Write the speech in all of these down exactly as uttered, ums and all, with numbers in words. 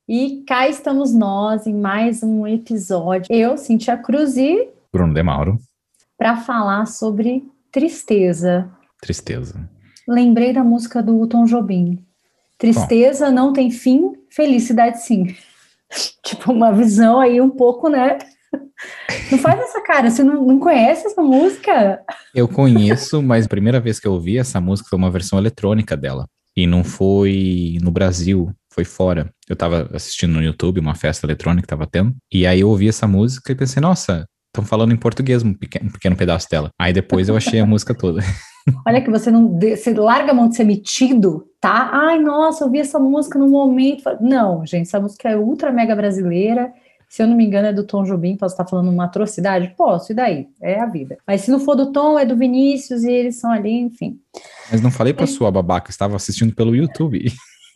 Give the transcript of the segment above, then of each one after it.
E cá estamos nós em mais um episódio. Eu, Cintia Cruz, e Bruno De Mauro. Para falar sobre tristeza. Tristeza. Lembrei da música do Tom Jobim. Tristeza Bom. Não tem fim, felicidade sim. Tipo, uma visão aí um pouco, né? Não faz essa cara, você não, não conhece essa música? Eu conheço, mas a primeira vez que eu ouvi essa música foi uma versão eletrônica dela. E não foi no Brasil, foi fora. Eu tava assistindo no YouTube uma festa eletrônica que tava tendo. E aí eu ouvi essa música e pensei, nossa, estão falando em português um pequeno, um pequeno pedaço dela. Aí depois eu achei a música toda. Olha que você não você larga a mão de ser metido, tá? Ai, nossa, eu ouvi essa música no momento. Não, gente, essa música é ultra mega brasileira. Se eu não me engano, é do Tom Jobim. Posso estar falando uma atrocidade? Posso, e daí? É a vida. Mas se não for do Tom, é do Vinícius e eles são ali, enfim. Mas não falei pra sua babaca, estava assistindo pelo YouTube.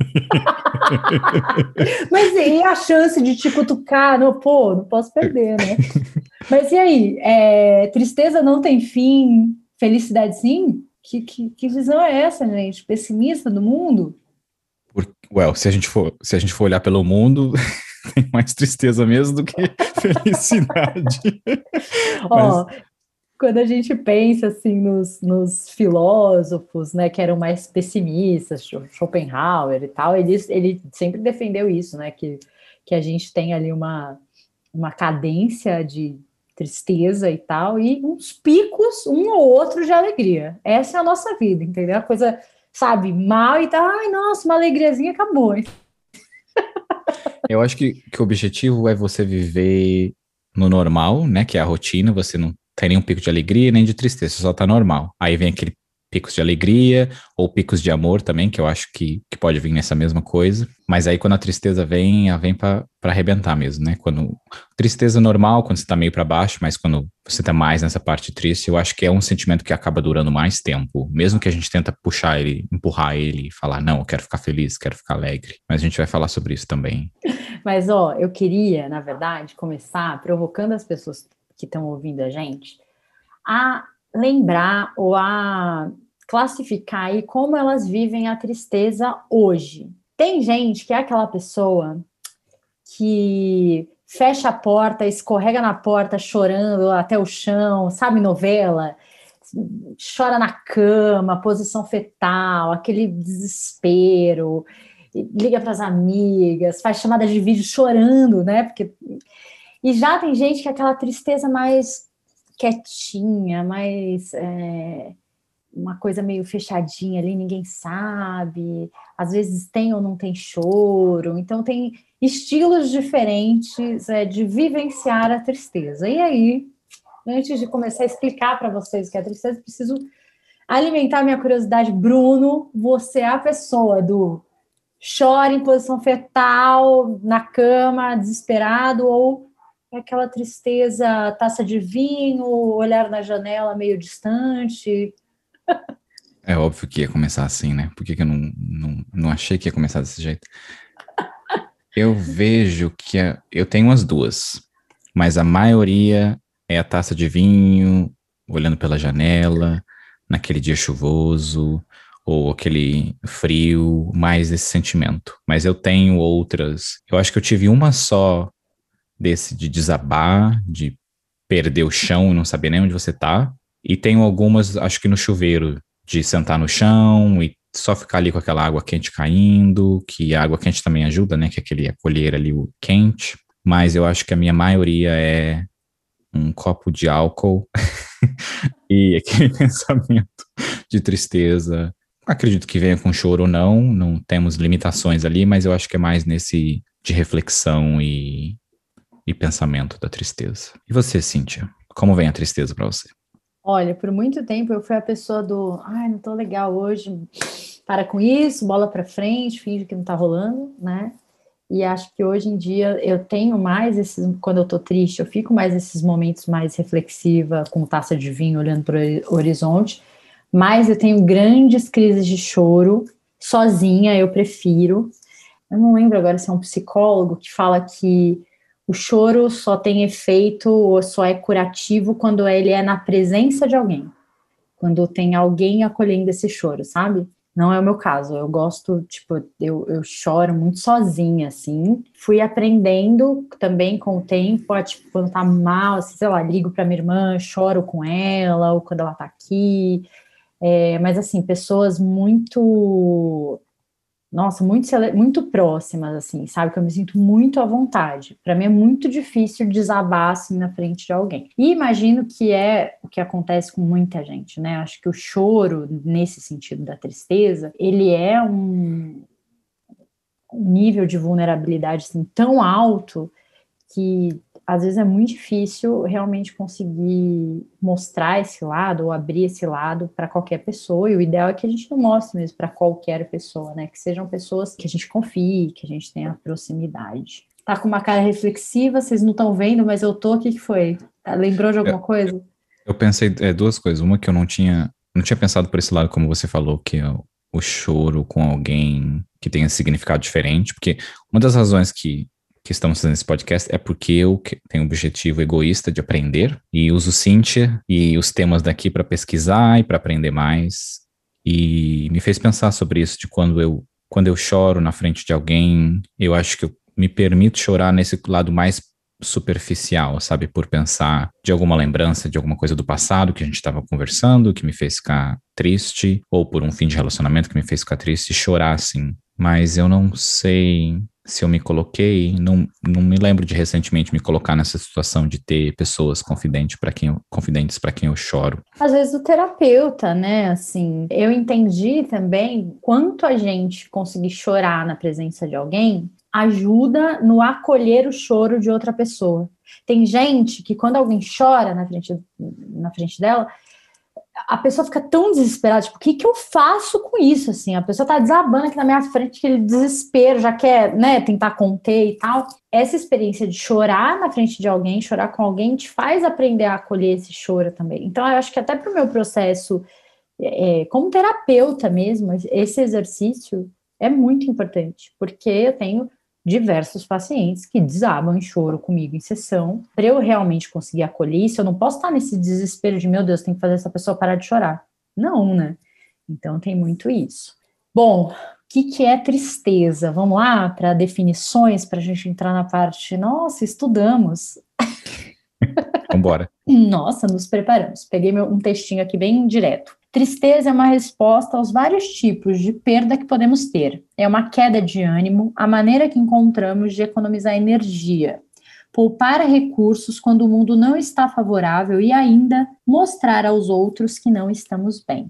Mas e a chance de te cutucar? Não, pô, não posso perder, né? Mas e aí? É, tristeza não tem fim, felicidade sim? Que, que, que visão é essa, gente? Pessimista do mundo? Por, well, se a gente for, se a gente for olhar pelo mundo, tem mais tristeza mesmo do que felicidade. Ó, Mas... quando a gente pensa assim nos, nos filósofos, né, que eram mais pessimistas, Schopenhauer e tal, ele, ele sempre defendeu isso, né, que, que a gente tem ali uma, uma cadência de tristeza e tal, e uns picos, um ou outro de alegria. Essa é a nossa vida, entendeu? A coisa, sabe, mal e tá, ai, nossa, uma alegriazinha acabou. Eu acho que, que o objetivo é você viver no normal, né, que é a rotina, você não tem nenhum pico de alegria nem de tristeza, só tá normal. Aí vem aquele picos de alegria ou picos de amor também, que eu acho que, que pode vir nessa mesma coisa. Mas aí quando a tristeza vem, ela vem pra, pra arrebentar mesmo, né? Quando tristeza normal, quando você tá meio pra baixo, mas quando você tá mais nessa parte triste, eu acho que é um sentimento que acaba durando mais tempo. Mesmo que a gente tenta puxar ele, empurrar ele e falar, não, eu quero ficar feliz, quero ficar alegre. Mas a gente vai falar sobre isso também. Mas, ó, eu queria, na verdade, começar provocando as pessoas que estão ouvindo a gente a lembrar ou a classificar aí como elas vivem a tristeza hoje. Tem gente que é aquela pessoa que fecha a porta, escorrega na porta chorando até o chão, sabe, novela, chora na cama, posição fetal, aquele desespero, liga para as amigas, faz chamada de vídeo chorando, né? Porque... E já tem gente que é aquela tristeza mais quietinha, mais é, uma coisa meio fechadinha ali, ninguém sabe, às vezes tem ou não tem choro, então tem estilos diferentes é, de vivenciar a tristeza. E aí, antes de começar a explicar para vocês o que é tristeza, preciso alimentar minha curiosidade. Bruno, você é a pessoa do chora em posição fetal, na cama, desesperado, ou é aquela tristeza, taça de vinho, olhar na janela meio distante? É óbvio que ia começar assim, né? Por que, que eu não, não, não achei que ia começar desse jeito? Eu vejo que a, eu tenho as duas, mas a maioria é a taça de vinho, olhando pela janela, naquele dia chuvoso, ou aquele frio, mais esse sentimento. Mas eu tenho outras. Eu acho que eu tive uma só desse de desabar, de perder o chão e não saber nem onde você tá. E tenho algumas, acho que no chuveiro, de sentar no chão e só ficar ali com aquela água quente caindo, que a água quente também ajuda, né? Que é aquele acolher ali o quente. Mas eu acho que a minha maioria é um copo de álcool e aquele pensamento de tristeza. Acredito que venha com choro ou não, não temos limitações ali, mas eu acho que é mais nesse de reflexão e, e pensamento da tristeza. E você, Cíntia? Como vem a tristeza para você? Olha, por muito tempo eu fui a pessoa do ai, não tô legal hoje, para com isso, bola para frente, finge que não tá rolando, né? E acho que hoje em dia eu tenho mais esses, quando eu tô triste, eu fico mais nesses momentos mais reflexiva, com taça de vinho, olhando para o horizonte, mas eu tenho grandes crises de choro, sozinha, eu prefiro. Eu não lembro agora se é um psicólogo que fala que o choro só tem efeito ou só é curativo quando ele é na presença de alguém. Quando tem alguém acolhendo esse choro, sabe? Não é o meu caso, eu gosto, tipo, eu, eu choro muito sozinha, assim. Fui aprendendo também com o tempo, a, tipo, quando tá mal, assim, sei lá, ligo pra minha irmã, choro com ela, ou quando ela tá aqui. É, mas, assim, pessoas muito, nossa, muito, cele- muito próximas, assim, sabe? Que eu me sinto muito à vontade. Para mim é muito difícil desabar, assim, na frente de alguém. E imagino que é o que acontece com muita gente, né? Acho que o choro, nesse sentido da tristeza, ele é um, um nível de vulnerabilidade, assim, tão alto que às vezes é muito difícil realmente conseguir mostrar esse lado ou abrir esse lado para qualquer pessoa, e o ideal é que a gente não mostre mesmo para qualquer pessoa, né? Que sejam pessoas que a gente confie, que a gente tenha proximidade. Tá com uma cara reflexiva, vocês não estão vendo, mas eu tô, o que que foi? Lembrou de alguma Eu, coisa? eu pensei é, duas coisas. Uma que eu não tinha, não tinha pensado por esse lado, como você falou, que é o, o choro com alguém que tenha significado diferente, porque uma das razões que, que estamos fazendo esse podcast é porque eu que- tenho o objetivo egoísta de aprender e uso Cynthia e os temas daqui para pesquisar e para aprender mais. E me fez pensar sobre isso, de quando eu, quando eu choro na frente de alguém, eu acho que eu me permito chorar nesse lado mais superficial, sabe? Por pensar de alguma lembrança, de alguma coisa do passado que a gente estava conversando, que me fez ficar triste, ou por um fim de relacionamento que me fez ficar triste e chorar assim. Mas eu não sei se eu me coloquei, não, não me lembro de recentemente me colocar nessa situação de ter pessoas confidentes para quem eu, confidentes para quem eu choro. Às vezes o terapeuta, né? Assim, eu entendi também quanto a gente conseguir chorar na presença de alguém ajuda no acolher o choro de outra pessoa. Tem gente que quando alguém chora na frente, na frente dela, a pessoa fica tão desesperada, tipo, o que que eu faço com isso, assim? A pessoa tá desabando aqui na minha frente, aquele desespero, já quer, né, tentar conter e tal. Essa experiência de chorar na frente de alguém, chorar com alguém, te faz aprender a acolher esse choro também. Então, eu acho que até pro meu processo, é, como terapeuta mesmo, esse exercício é muito importante, porque eu tenho diversos pacientes que desabam em choro comigo em sessão. Para eu realmente conseguir acolher isso, eu não posso estar nesse desespero de, meu Deus, tem que fazer essa pessoa parar de chorar. Não, né? Então tem muito isso. Bom, o que, que é tristeza? Vamos lá para definições, para a gente entrar na parte. Nossa, estudamos. Vambora. Nossa, nos preparamos. Peguei meu, um textinho aqui bem direto. Tristeza é uma resposta aos vários tipos de perda que podemos ter. É uma queda de ânimo, a maneira que encontramos de economizar energia, poupar recursos quando o mundo não está favorável e ainda mostrar aos outros que não estamos bem.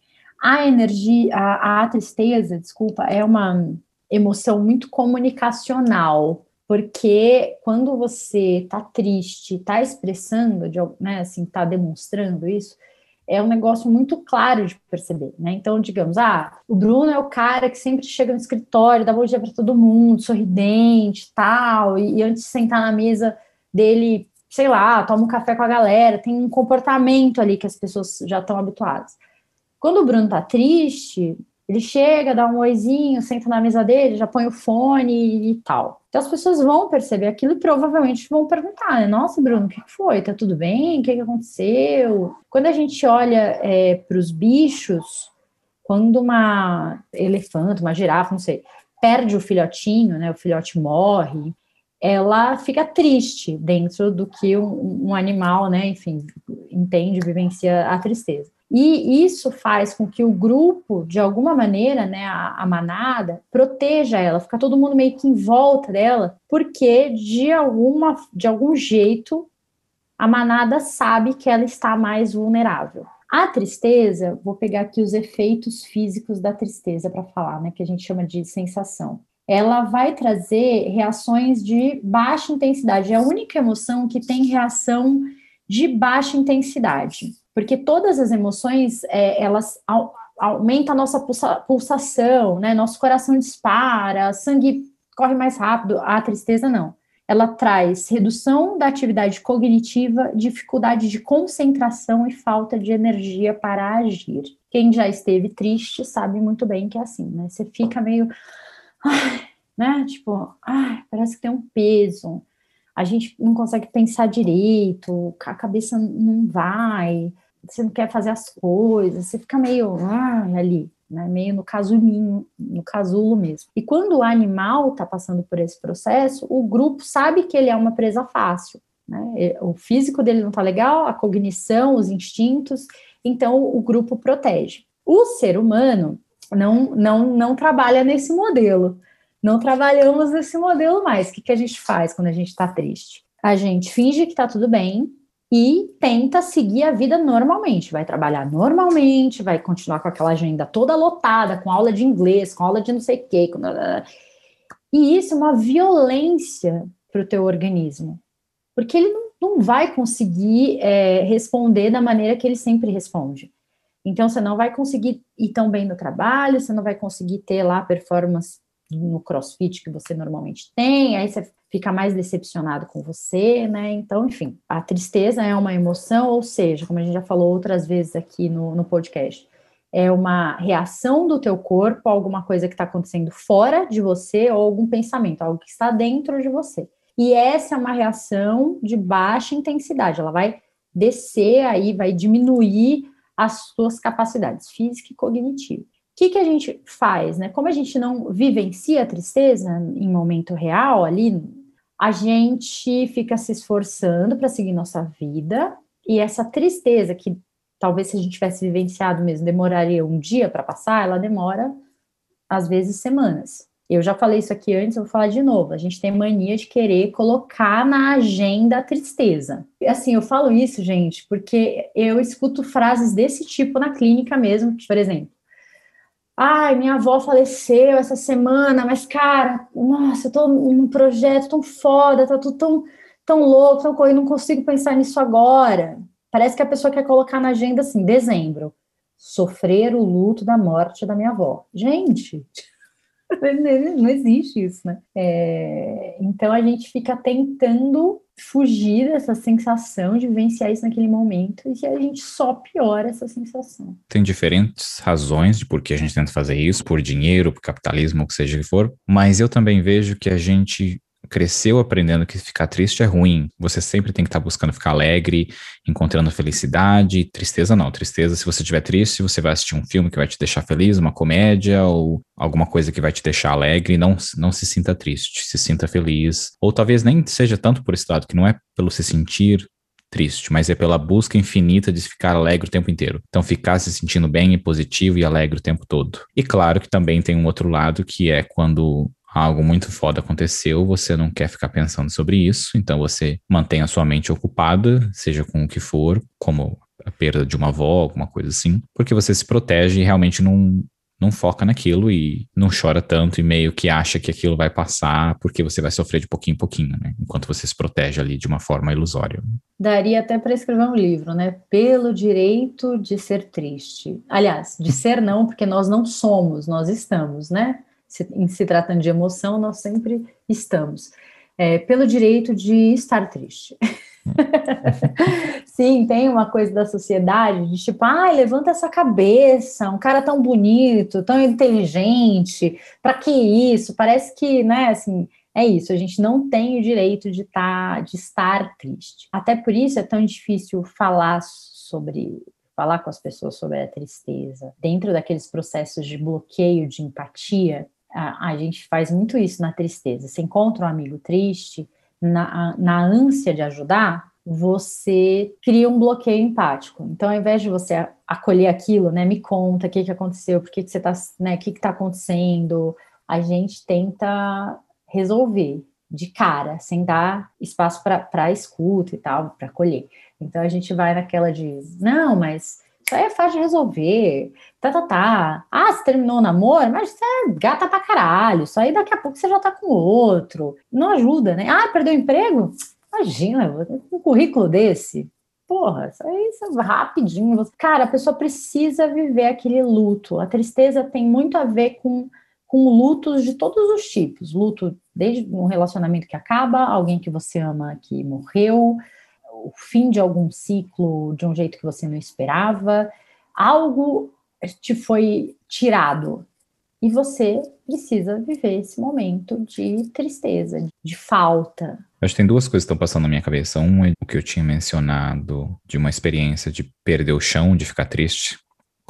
A energia, a, a tristeza, desculpa, é uma emoção muito comunicacional, porque quando você está triste, está expressando, de, né, assim, está demonstrando isso, é um negócio muito claro de perceber, né? Então, digamos, ah, o Bruno é o cara que sempre chega no escritório, dá bom dia para todo mundo, sorridente, tal, e, e antes de sentar na mesa dele, sei lá, toma um café com a galera, tem um comportamento ali que as pessoas já estão habituadas. Quando o Bruno tá triste, ele chega, dá um oizinho, senta na mesa dele, já põe o fone e tal. Então as pessoas vão perceber aquilo e provavelmente vão perguntar, né? Nossa, Bruno, o que foi? Tá tudo bem? O que aconteceu? Quando a gente olha é, para os bichos, quando uma elefante, uma girafa, não sei, perde o filhotinho, né? O filhote morre, ela fica triste dentro do que um, um animal, né? Enfim, entende, vivencia a tristeza. E isso faz com que o grupo, de alguma maneira, né, a, a manada, proteja ela, fica todo mundo meio que em volta dela, porque de, alguma, de algum jeito a manada sabe que ela está mais vulnerável. A tristeza, vou pegar aqui os efeitos físicos da tristeza para falar, né, que a gente chama de sensação. Ela vai trazer reações de baixa intensidade. É a única emoção que tem reação de baixa intensidade, porque todas as emoções, é, elas au- aumentam a nossa pulsa, pulsação, né? Nosso coração dispara, sangue corre mais rápido. A tristeza não. Ela traz redução da atividade cognitiva, dificuldade de concentração e falta de energia para agir. Quem já esteve triste sabe muito bem que é assim, né? Você fica meio, ai, né? Tipo, ai, parece que tem um peso. A gente não consegue pensar direito, a cabeça não vai, você não quer fazer as coisas, você fica meio ah, ali, né? Meio no casulinho, no casulo mesmo. E quando o animal está passando por esse processo, o grupo sabe que ele é uma presa fácil, né? O físico dele não está legal, a cognição, os instintos, então o grupo protege. O ser humano não, não, não trabalha nesse modelo, não trabalhamos nesse modelo mais. O que, que a gente faz quando a gente está triste? A gente finge que está tudo bem e tenta seguir a vida normalmente, vai trabalhar normalmente, vai continuar com aquela agenda toda lotada, com aula de inglês, com aula de não sei o quê, com... e isso é uma violência para o teu organismo, porque ele não, não vai conseguir é, responder da maneira que ele sempre responde. Então, você não vai conseguir ir tão bem no trabalho, você não vai conseguir ter lá performance no CrossFit que você normalmente tem, aí você fica mais decepcionado com você, né? Então, enfim, a tristeza é uma emoção, ou seja, como a gente já falou outras vezes aqui no, no podcast, é uma reação do teu corpo a alguma coisa que está acontecendo fora de você ou algum pensamento, algo que está dentro de você. E essa é uma reação de baixa intensidade, ela vai descer aí, vai diminuir as suas capacidades física e cognitiva. O que, que a gente faz, né? Como a gente não vivencia a tristeza em momento real ali, a gente fica se esforçando para seguir nossa vida, e essa tristeza que talvez se a gente tivesse vivenciado mesmo, demoraria um dia para passar, ela demora, às vezes, semanas. Eu já falei isso aqui antes, eu vou falar de novo. A gente tem mania de querer colocar na agenda a tristeza. Assim, eu falo isso, gente, porque eu escuto frases desse tipo na clínica mesmo, por exemplo. Ai, minha avó faleceu essa semana, mas, cara, nossa, eu tô num projeto tão foda, tá tudo tão, tão louco, tão correndo, não consigo pensar nisso agora. Parece que a pessoa quer colocar na agenda assim, dezembro, sofrer o luto da morte da minha avó. Gente... não existe isso, né? É, então a gente fica tentando fugir dessa sensação de vivenciar isso naquele momento e a gente só piora essa sensação. Tem diferentes razões de por que a gente tenta fazer isso, por dinheiro, por capitalismo, o que seja que for, mas eu também vejo que a gente cresceu aprendendo que ficar triste é ruim. Você sempre tem que estar buscando ficar alegre, encontrando felicidade. Tristeza não. Tristeza, se você estiver triste, você vai assistir um filme que vai te deixar feliz, uma comédia ou alguma coisa que vai te deixar alegre. Não, não se sinta triste, se sinta feliz. Ou talvez nem seja tanto por esse lado, que não é pelo se sentir triste, mas é pela busca infinita de ficar alegre o tempo inteiro. Então, ficar se sentindo bem e positivo e alegre o tempo todo. E claro que também tem um outro lado, que é quando algo muito foda aconteceu, você não quer ficar pensando sobre isso, então você mantém a sua mente ocupada, seja com o que for, como a perda de uma avó, alguma coisa assim, porque você se protege e realmente não, não foca naquilo e não chora tanto e meio que acha que aquilo vai passar, porque você vai sofrer de pouquinho em pouquinho, né? Enquanto você se protege ali de uma forma ilusória. Daria até para escrever um livro, né? Pelo direito de ser triste. Aliás, de ser não, porque nós não somos, nós estamos, né? Se, em se tratando de emoção, nós sempre estamos. É, pelo direito de estar triste. Sim, tem uma coisa da sociedade de tipo, ai, levanta essa cabeça, um cara tão bonito, tão inteligente, pra que isso? Parece que, né, assim, é isso, a gente não tem o direito de, tá, de estar triste. Até por isso é tão difícil falar sobre... falar com as pessoas sobre a tristeza. Dentro daqueles processos de bloqueio de empatia, a, a gente faz muito isso na tristeza. Você encontra um amigo triste, na, na ânsia de ajudar, você cria um bloqueio empático. Então, ao invés de você acolher aquilo, né, me conta o que, que aconteceu, por que, que você tá, né, o que está acontecendo, a gente tenta resolver de cara, sem dar espaço para escuta e tal, para acolher. Então, a gente vai naquela de, não, mas isso aí é fácil de resolver, tá, tá, tá. Ah, você terminou o namoro? Mas você é gata pra caralho, isso aí daqui a pouco você já tá com outro. Não ajuda, né? Ah, perdeu o emprego? Imagina, um currículo desse. Porra, isso aí isso é rapidinho. Cara, a pessoa precisa viver aquele luto. A tristeza tem muito a ver com, com lutos de todos os tipos. Luto desde um relacionamento que acaba, alguém que você ama que morreu, o fim de algum ciclo de um jeito que você não esperava, algo te foi tirado e você precisa viver esse momento de tristeza, de falta. Acho que tem duas coisas que estão passando na minha cabeça. Um é o que eu tinha mencionado de uma experiência de perder o chão, de ficar triste,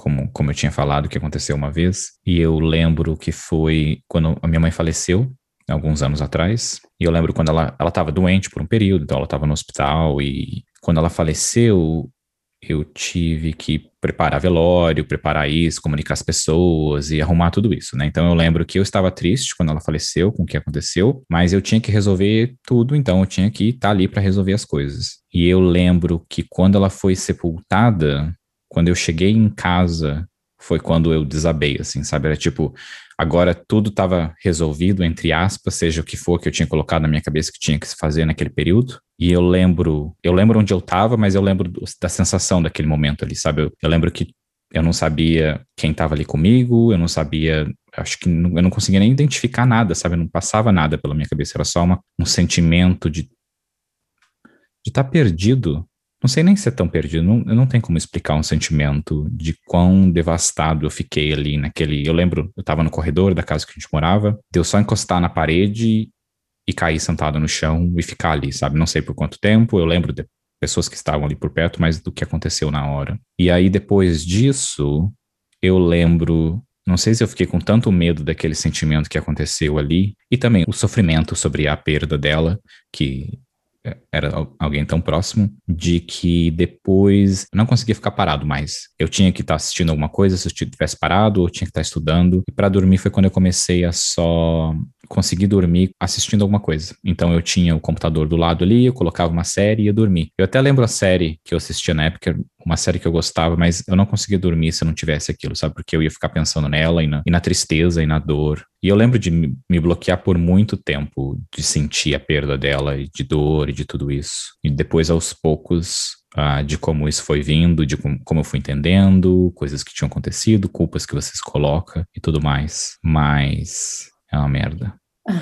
como, como eu tinha falado que aconteceu uma vez. E eu lembro que foi quando a minha mãe faleceu, alguns anos atrás. E eu lembro quando ela, ela estava doente por um período, então ela estava no hospital. E quando ela faleceu, eu tive que preparar velório, preparar isso, comunicar as pessoas e arrumar tudo isso, né? Então eu lembro que eu estava triste quando ela faleceu, com o que aconteceu, mas eu tinha que resolver tudo, então eu tinha que estar ali para resolver as coisas. E eu lembro que quando ela foi sepultada, quando eu cheguei em casa, foi quando eu desabei, assim, sabe? Era tipo, agora tudo estava resolvido, entre aspas, seja o que for que eu tinha colocado na minha cabeça que tinha que se fazer naquele período. E eu lembro, eu lembro onde eu estava, mas eu lembro do, da sensação daquele momento ali, sabe? Eu, eu lembro que eu não sabia quem estava ali comigo, eu não sabia, acho que não, eu não conseguia nem identificar nada, sabe? Não passava nada pela minha cabeça, era só uma, um sentimento de de estar perdido. Não sei nem se é tão perdido, não, eu não tenho como explicar um sentimento de quão devastado eu fiquei ali naquele. Eu lembro, eu estava no corredor da casa que a gente morava, deu só encostar na parede e cair sentado no chão e ficar ali, sabe? Não sei por quanto tempo, eu lembro de pessoas que estavam ali por perto, mas do que aconteceu na hora. E aí, depois disso, eu lembro. Não sei se eu fiquei com tanto medo daquele sentimento que aconteceu ali, e também o sofrimento sobre a perda dela, que era alguém tão próximo, de que depois eu não conseguia ficar parado mais. Eu tinha que estar assistindo alguma coisa, se eu estivesse parado, ou tinha que estar estudando. E para dormir foi quando eu comecei a só conseguir dormir assistindo alguma coisa. Então eu tinha o computador do lado ali, eu colocava uma série e ia dormir. Eu até lembro a série que eu assistia na época, uma série que eu gostava, mas eu não conseguia dormir se eu não tivesse aquilo, sabe? Porque eu ia ficar pensando nela e na, e na tristeza e na dor. E eu lembro de me, me bloquear por muito tempo, de sentir a perda dela e de dor e de tudo isso. E depois, aos poucos, ah, de como isso foi vindo, de com, como eu fui entendendo, coisas que tinham acontecido, culpas que vocês colocam e tudo mais. Mas é uma merda.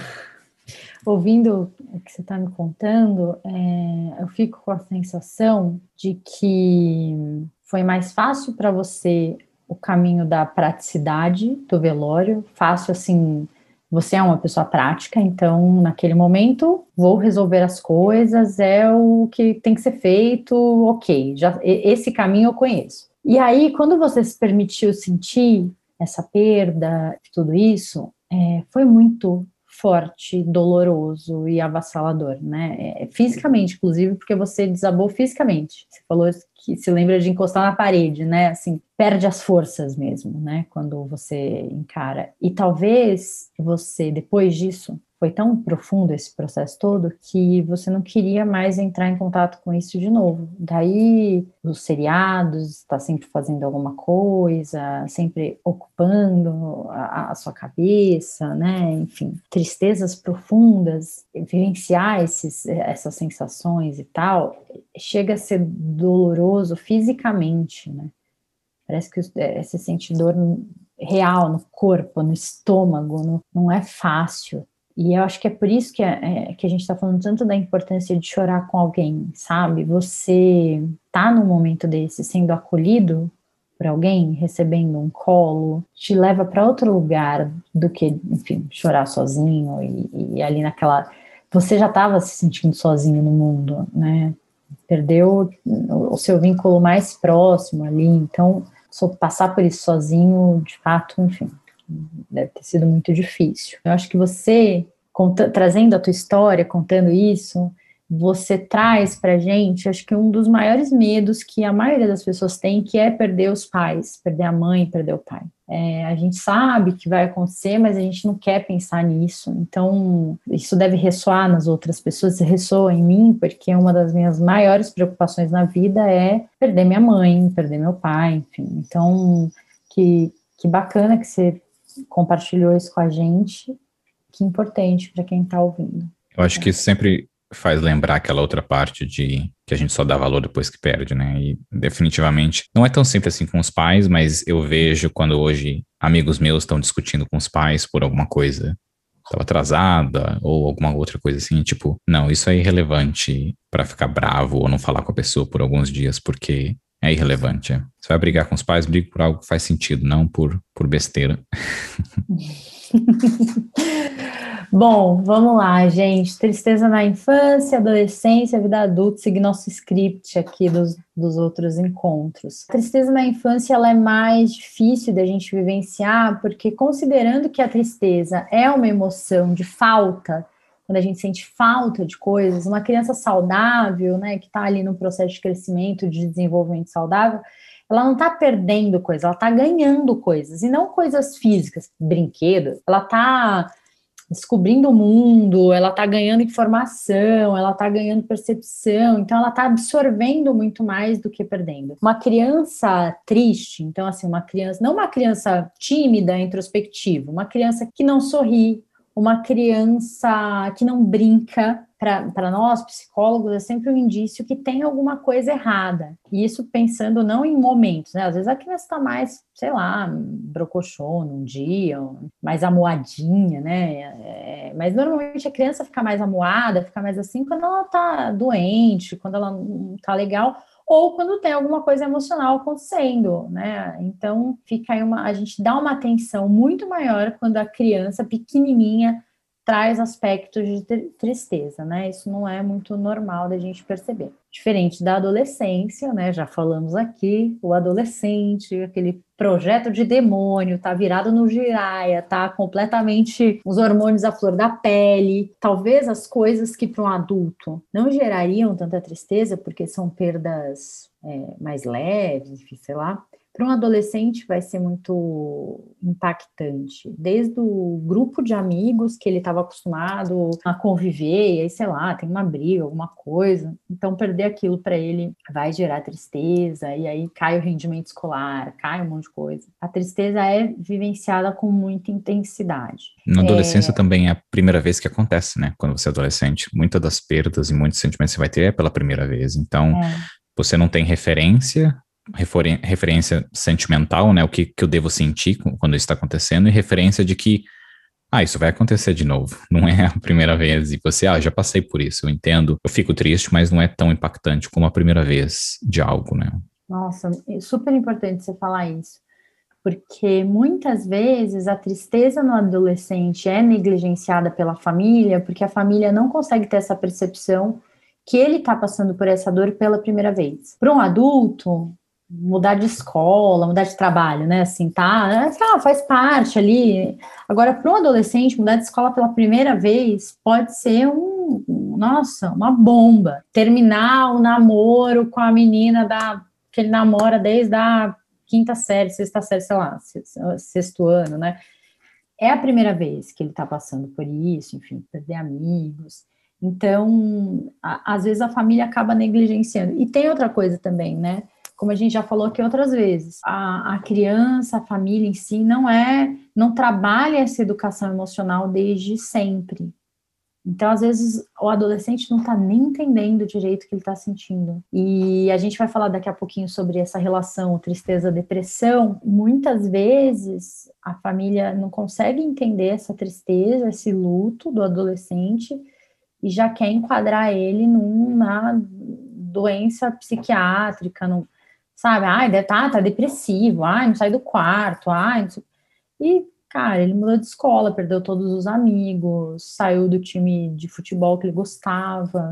Ouvindo o que você está me contando, é, eu fico com a sensação de que foi mais fácil para você o caminho da praticidade do velório, fácil assim, você é uma pessoa prática, então naquele momento vou resolver as coisas, é o que tem que ser feito, ok, já, esse caminho eu conheço. E aí, quando você se permitiu sentir essa perda, tudo isso, é, foi muito forte, doloroso e avassalador, né? É, fisicamente, inclusive, porque você desabou fisicamente. Você falou que se lembra de encostar na parede, né? Assim, perde as forças mesmo, né? Quando você encara. E talvez você, depois disso, foi tão profundo esse processo todo que você não queria mais entrar em contato com isso de novo. Daí, os seriados, está sempre fazendo alguma coisa, sempre ocupando a, a sua cabeça, né? Enfim, tristezas profundas, vivenciar esses, essas sensações e tal, chega a ser doloroso fisicamente, né? Parece que você sente dor real no corpo, no estômago, no, não é fácil. E eu acho que é por isso que, é, que a gente está falando tanto da importância de chorar com alguém, sabe? Você tá num momento desse, sendo acolhido por alguém, recebendo um colo, te leva para outro lugar do que, enfim, chorar sozinho e, e ali naquela... Você já estava se sentindo sozinho no mundo, né? Perdeu o seu vínculo mais próximo ali, então passar por isso sozinho, de fato, enfim, deve ter sido muito difícil. Eu acho que você, conta, trazendo a tua história, contando isso, você traz pra gente, acho que um dos maiores medos que a maioria das pessoas tem, que é perder os pais, perder a mãe, perder o pai. É, a gente sabe que vai acontecer, mas a gente não quer pensar nisso, então isso deve ressoar nas outras pessoas, ressoa em mim, porque uma das minhas maiores preocupações na vida é perder minha mãe, perder meu pai, enfim, então que, que bacana que você compartilhou isso com a gente, que importante para quem está ouvindo. Eu acho que isso sempre faz lembrar aquela outra parte de que a gente só dá valor depois que perde, né? E definitivamente não é tão simples assim com os pais, mas eu vejo quando hoje amigos meus estão discutindo com os pais por alguma coisa, estava atrasada ou alguma outra coisa assim, tipo, não, isso é irrelevante para ficar bravo ou não falar com a pessoa por alguns dias, porque é irrelevante. É. Você vai brigar com os pais, briga por algo que faz sentido, não por, por besteira. Bom, vamos lá, gente. Tristeza na infância, adolescência, vida adulta, seguir nosso script aqui dos, dos outros encontros. A tristeza na infância, ela é mais difícil da gente vivenciar, porque considerando que a tristeza é uma emoção de falta, quando a gente sente falta de coisas, uma criança saudável, né, que está ali no processo de crescimento, de desenvolvimento saudável, ela não está perdendo coisas, ela está ganhando coisas, e não coisas físicas, brinquedos, ela está descobrindo o mundo, ela está ganhando informação, ela está ganhando percepção, então ela está absorvendo muito mais do que perdendo. Uma criança triste, então assim, uma criança, não uma criança tímida, introspectiva, uma criança que não sorri, uma criança que não brinca, para nós, psicólogos, é sempre um indício que tem alguma coisa errada. E isso pensando não em momentos, né? Às vezes a criança está mais, sei lá, brocochô num dia, mais amuadinha, né? É, mas normalmente a criança fica mais amuada, fica mais assim quando ela está doente, quando ela não está legal, ou quando tem alguma coisa emocional acontecendo, né? Então, fica aí uma, a gente dá uma atenção muito maior quando a criança pequenininha traz aspectos de tristeza, né? Isso não é muito normal da gente perceber. Diferente da adolescência, né? Já falamos aqui, o adolescente, aquele projeto de demônio, tá virado no giraia, tá completamente os hormônios à flor da pele. Talvez as coisas que para um adulto não gerariam tanta tristeza, porque são perdas é, mais leves, enfim, sei lá. Para um adolescente vai ser muito impactante, desde o grupo de amigos que ele estava acostumado a conviver, e aí, sei lá, tem uma briga, alguma coisa, então perder aquilo para ele vai gerar tristeza, e aí cai o rendimento escolar, cai um monte de coisa. A tristeza é vivenciada com muita intensidade. Na adolescência é... também é a primeira vez que acontece, né? Quando você é adolescente, muitas das perdas e muitos sentimentos que você vai ter é pela primeira vez, então é. Você não tem referência, referência sentimental, né, o que, que eu devo sentir quando isso está acontecendo, e referência de que, ah, isso vai acontecer de novo, não é a primeira vez, e você, ah, já passei por isso, eu entendo, eu fico triste, mas não é tão impactante como a primeira vez de algo, né. Nossa, é super importante você falar isso, porque muitas vezes a tristeza no adolescente é negligenciada pela família, porque a família não consegue ter essa percepção que ele está passando por essa dor pela primeira vez. Para um adulto, mudar de escola, mudar de trabalho, né, assim, tá, tá faz parte ali. Agora, para um adolescente, mudar de escola pela primeira vez pode ser um, nossa, uma bomba. Terminar o namoro com a menina da, que ele namora desde a quinta série, sexta série, sei lá, sexto ano, né, é a primeira vez que ele tá passando por isso, enfim, perder amigos. Então, a, às vezes a família acaba negligenciando. E tem outra coisa também, né? Como a gente já falou aqui outras vezes, a, a criança, a família em si não é, não trabalha essa educação emocional desde sempre. Então, às vezes, o adolescente não está nem entendendo direito o que ele está sentindo. E a gente vai falar daqui a pouquinho sobre essa relação tristeza-depressão. Muitas vezes, a família não consegue entender essa tristeza, esse luto do adolescente, e já quer enquadrar ele numa doença psiquiátrica, num, sabe? Ai, tá, tá depressivo, ai, não sai do quarto, ai, não sei. E, cara, ele mudou de escola, perdeu todos os amigos, saiu do time de futebol que ele gostava.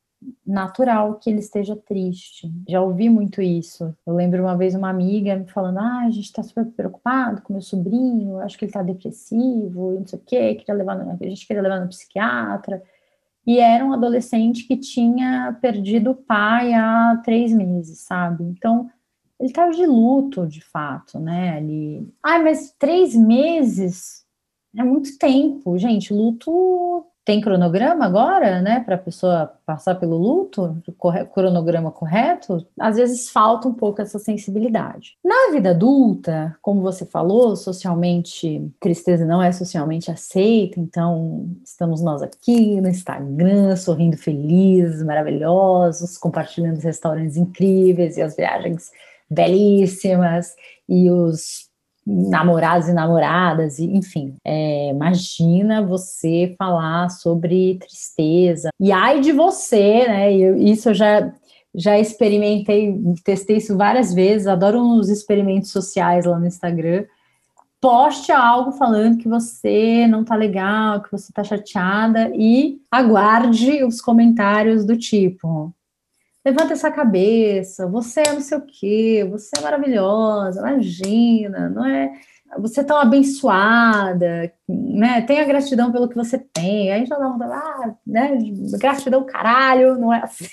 Natural que ele esteja triste. Já ouvi muito isso. Eu lembro uma vez uma amiga me falando, ah, a gente tá super preocupado com meu sobrinho, acho que ele tá depressivo, não sei o quê, queria levar no, a gente queria levar no psiquiatra. E era um adolescente que tinha perdido o pai há três meses, sabe? Então, ele estava de luto, de fato, né? Ali. Ai, mas três meses é muito tempo, gente. Luto tem cronograma agora, né? Para a pessoa passar pelo luto, corre... cronograma correto. Às vezes falta um pouco essa sensibilidade. Na vida adulta, como você falou, socialmente, tristeza não é socialmente aceita. Então, estamos nós aqui no Instagram, sorrindo felizes, maravilhosos, compartilhando os restaurantes incríveis e as viagens belíssimas e os namorados e namoradas, e, enfim, é, imagina você falar sobre tristeza, e ai de você, né, eu, isso eu já, já experimentei, testei isso várias vezes, adoro uns experimentos sociais lá no Instagram, poste algo falando que você não tá legal, que você tá chateada e aguarde os comentários do tipo: levanta essa cabeça, você é não sei o quê, você é maravilhosa, imagina, não é? Você é tão abençoada, né? Tenha gratidão pelo que você tem. Aí já dá uma, ah, né? Gratidão, caralho, não é assim.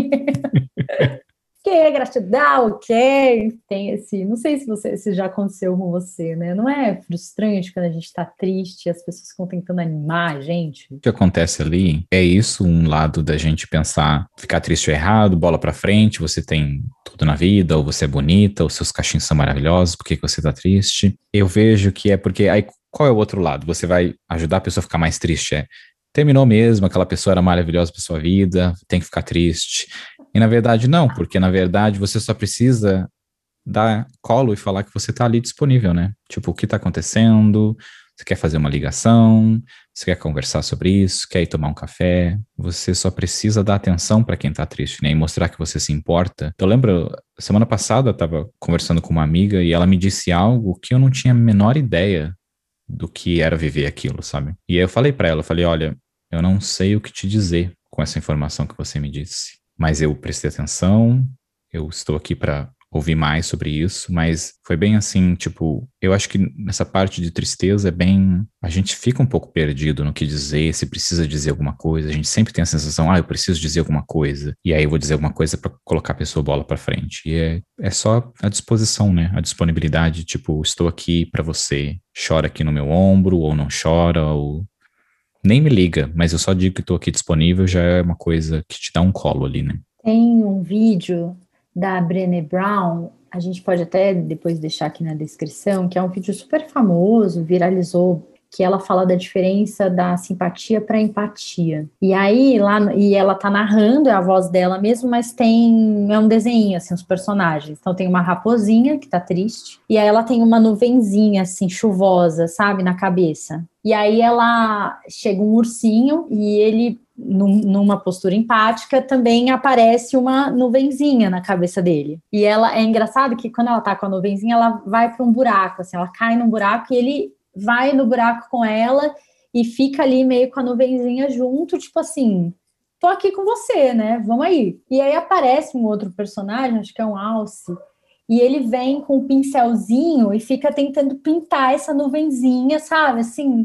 Que é gratidão, ok? Tem esse, não sei se você se já aconteceu com você, né? Não é frustrante quando a gente tá triste e as pessoas ficam tentando animar a gente? O que acontece ali é isso, um lado da gente pensar, ficar triste ou errado, bola pra frente, você tem tudo na vida, ou você é bonita, ou seus cachinhos são maravilhosos, por que que você tá triste? Eu vejo que é porque, aí qual é o outro lado? Você vai ajudar a pessoa a ficar mais triste, é, terminou mesmo, aquela pessoa era maravilhosa pra sua vida, tem que ficar triste. E na verdade não, porque na verdade você só precisa dar colo e falar que você tá ali disponível, né? Tipo, o que tá acontecendo? Você quer fazer uma ligação? Você quer conversar sobre isso? Quer ir tomar um café? Você só precisa dar atenção para quem tá triste, né? E mostrar que você se importa. Eu lembro, semana passada eu tava conversando com uma amiga e ela me disse algo que eu não tinha a menor ideia do que era viver aquilo, sabe? E aí eu falei para ela, eu falei, olha, eu não sei o que te dizer com essa informação que você me disse, mas eu prestei atenção, eu estou aqui para ouvir mais sobre isso, mas foi bem assim, tipo, eu acho que nessa parte de tristeza é bem, a gente fica um pouco perdido no que dizer, se precisa dizer alguma coisa, a gente sempre tem a sensação, ah, eu preciso dizer alguma coisa, e aí eu vou dizer alguma coisa para colocar a pessoa bola para frente, e é, é só a disposição, né, a disponibilidade, tipo, estou aqui para você, chora aqui no meu ombro, ou não chora, ou nem me liga, mas eu só digo que estou aqui disponível, já é uma coisa que te dá um colo ali, né. Tem um vídeo da Brené Brown, a gente pode até depois deixar aqui na descrição, que é um vídeo super famoso, viralizou, que ela fala da diferença da simpatia para empatia. E aí, lá, e ela tá narrando, é a voz dela mesmo, mas tem, é um desenho, assim, os personagens. Então tem uma raposinha que tá triste, e aí ela tem uma nuvenzinha, assim, chuvosa, sabe, na cabeça. E aí ela, chega um ursinho, e ele, num, numa postura empática, também aparece uma nuvenzinha na cabeça dele. E ela, é engraçado que quando ela tá com a nuvenzinha, ela vai para um buraco, assim, ela cai num buraco e ele vai no buraco com ela e fica ali meio com a nuvenzinha junto, tipo assim, tô aqui com você, né, vamos aí. E aí aparece um outro personagem, acho que é um alce, e ele vem com um pincelzinho e fica tentando pintar essa nuvenzinha, sabe, assim,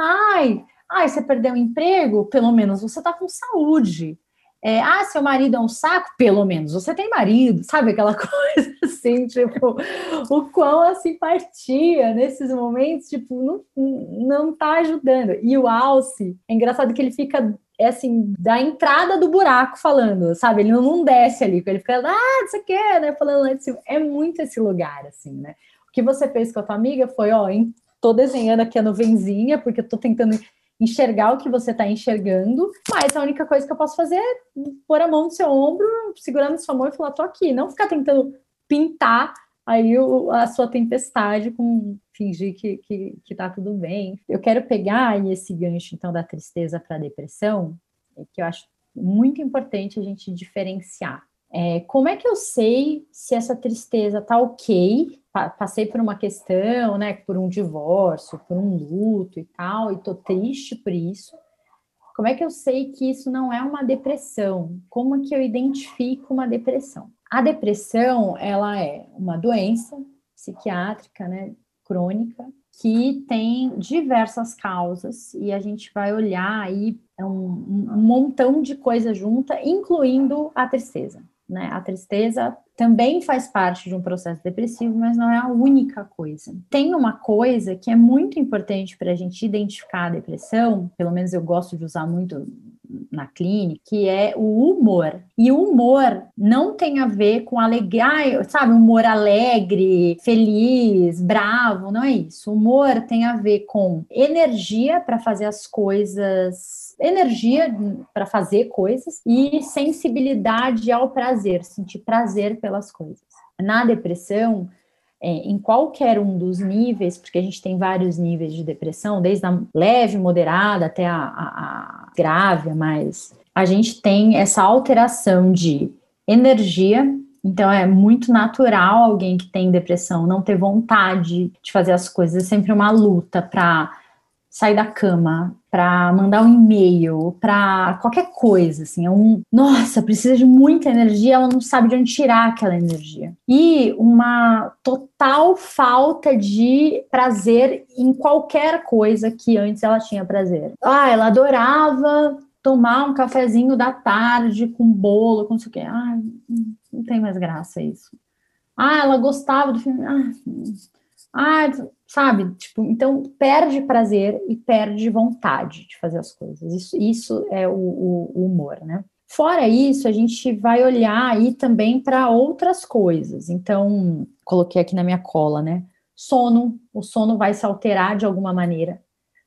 ai, ai, você perdeu o emprego? Pelo menos você tá com saúde. É, ah, seu marido é um saco? Pelo menos você tem marido, sabe? Aquela coisa assim, tipo, o quão a simpatia nesses momentos, tipo, não, não tá ajudando. E o Alce, é engraçado que ele fica, é assim, da entrada do buraco falando, sabe? Ele não, não desce ali, ele fica, ah, isso aqui, né? Falando lá de cima. É muito esse lugar, assim, né? O que você fez com a tua amiga foi, ó, hein, tô desenhando aqui a nuvenzinha, porque eu tô tentando enxergar o que você está enxergando, mas a única coisa que eu posso fazer é pôr a mão no seu ombro, segurando sua mão e falar, tô aqui. Não ficar tentando pintar aí o, a sua tempestade com fingir que, que, que tá tudo bem. Eu quero pegar aí esse gancho, então, da tristeza para a depressão, que eu acho muito importante a gente diferenciar. É, como é que eu sei se essa tristeza tá ok? Passei por uma questão, né, por um divórcio, por um luto e tal, e tô triste por isso. Como é que eu sei que isso não é uma depressão? Como é que eu identifico uma depressão? A depressão, ela é uma doença psiquiátrica, né, crônica, que tem diversas causas, e a gente vai olhar aí um, um montão de coisa junta, incluindo a tristeza. Né? A tristeza também faz parte de um processo depressivo, mas não é a única coisa. Tem uma coisa que é muito importante para a gente identificar a depressão, pelo menos eu gosto de usar muito na clínica, que é o humor. E o humor não tem a ver com alegria, sabe, humor alegre, feliz, bravo, não é isso. O humor tem a ver com energia para fazer as coisas, energia para fazer coisas e sensibilidade ao prazer, sentir prazer pelas coisas. Na depressão, é, em qualquer um dos níveis, porque a gente tem vários níveis de depressão, desde a leve, moderada até a, a, a grave, mas a gente tem essa alteração de energia Então é muito natural alguém que tem depressão não ter vontade de fazer as coisas, é sempre uma luta para sair da cama, para mandar um e-mail, para qualquer coisa, assim, é um, nossa, precisa de muita energia, ela não sabe de onde tirar aquela energia. E uma total falta de prazer em qualquer coisa que antes ela tinha prazer. Ah, ela adorava tomar um cafezinho da tarde com bolo, com não sei o quê. Ah, não tem mais graça isso. Ah, ela gostava do filme. Ah, ah, sabe? Tipo, então perde prazer e perde vontade de fazer as coisas. Isso, isso é o, o, o humor, né? Fora isso, a gente vai olhar aí também para outras coisas. Então, coloquei aqui na minha cola, né? Sono, o sono vai se alterar de alguma maneira.